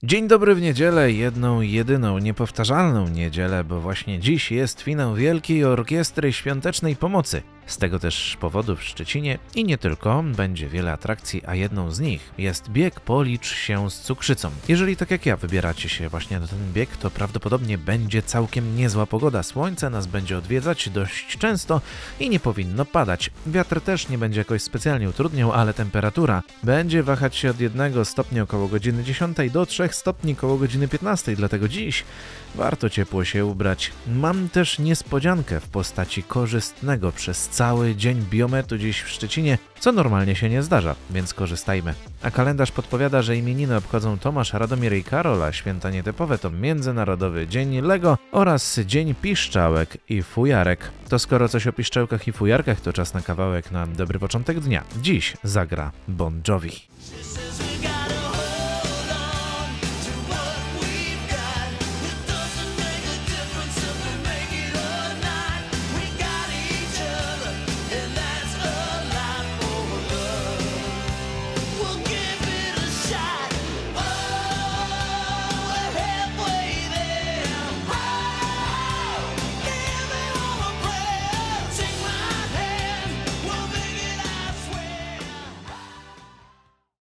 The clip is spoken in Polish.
Dzień dobry w niedzielę, jedną, jedyną, niepowtarzalną niedzielę, bo właśnie dziś jest finał Wielkiej Orkiestry Świątecznej Pomocy. Z tego też powodu w Szczecinie i nie tylko będzie wiele atrakcji, a jedną z nich jest bieg Policz się z cukrzycą. Jeżeli tak jak ja wybieracie się właśnie na ten bieg, to prawdopodobnie będzie całkiem niezła pogoda. Słońce nas będzie odwiedzać dość często i nie powinno padać. Wiatr też nie będzie jakoś specjalnie utrudniał, ale temperatura będzie wahać się od 1 stopnia około godziny 10 do 3 stopni koło godziny 15, dlatego dziś warto ciepło się ubrać. Mam też niespodziankę w postaci korzystnego przez cały dzień biometu dziś w Szczecinie, co normalnie się nie zdarza, więc korzystajmy. A kalendarz podpowiada, że imieniny obchodzą Tomasz, Radomir i Karol, a święta nietypowe to Międzynarodowy Dzień Lego oraz Dzień Piszczałek i Fujarek. To skoro coś o piszczałkach i fujarkach, to czas na kawałek na dobry początek dnia. Dziś zagra Bon Jovi.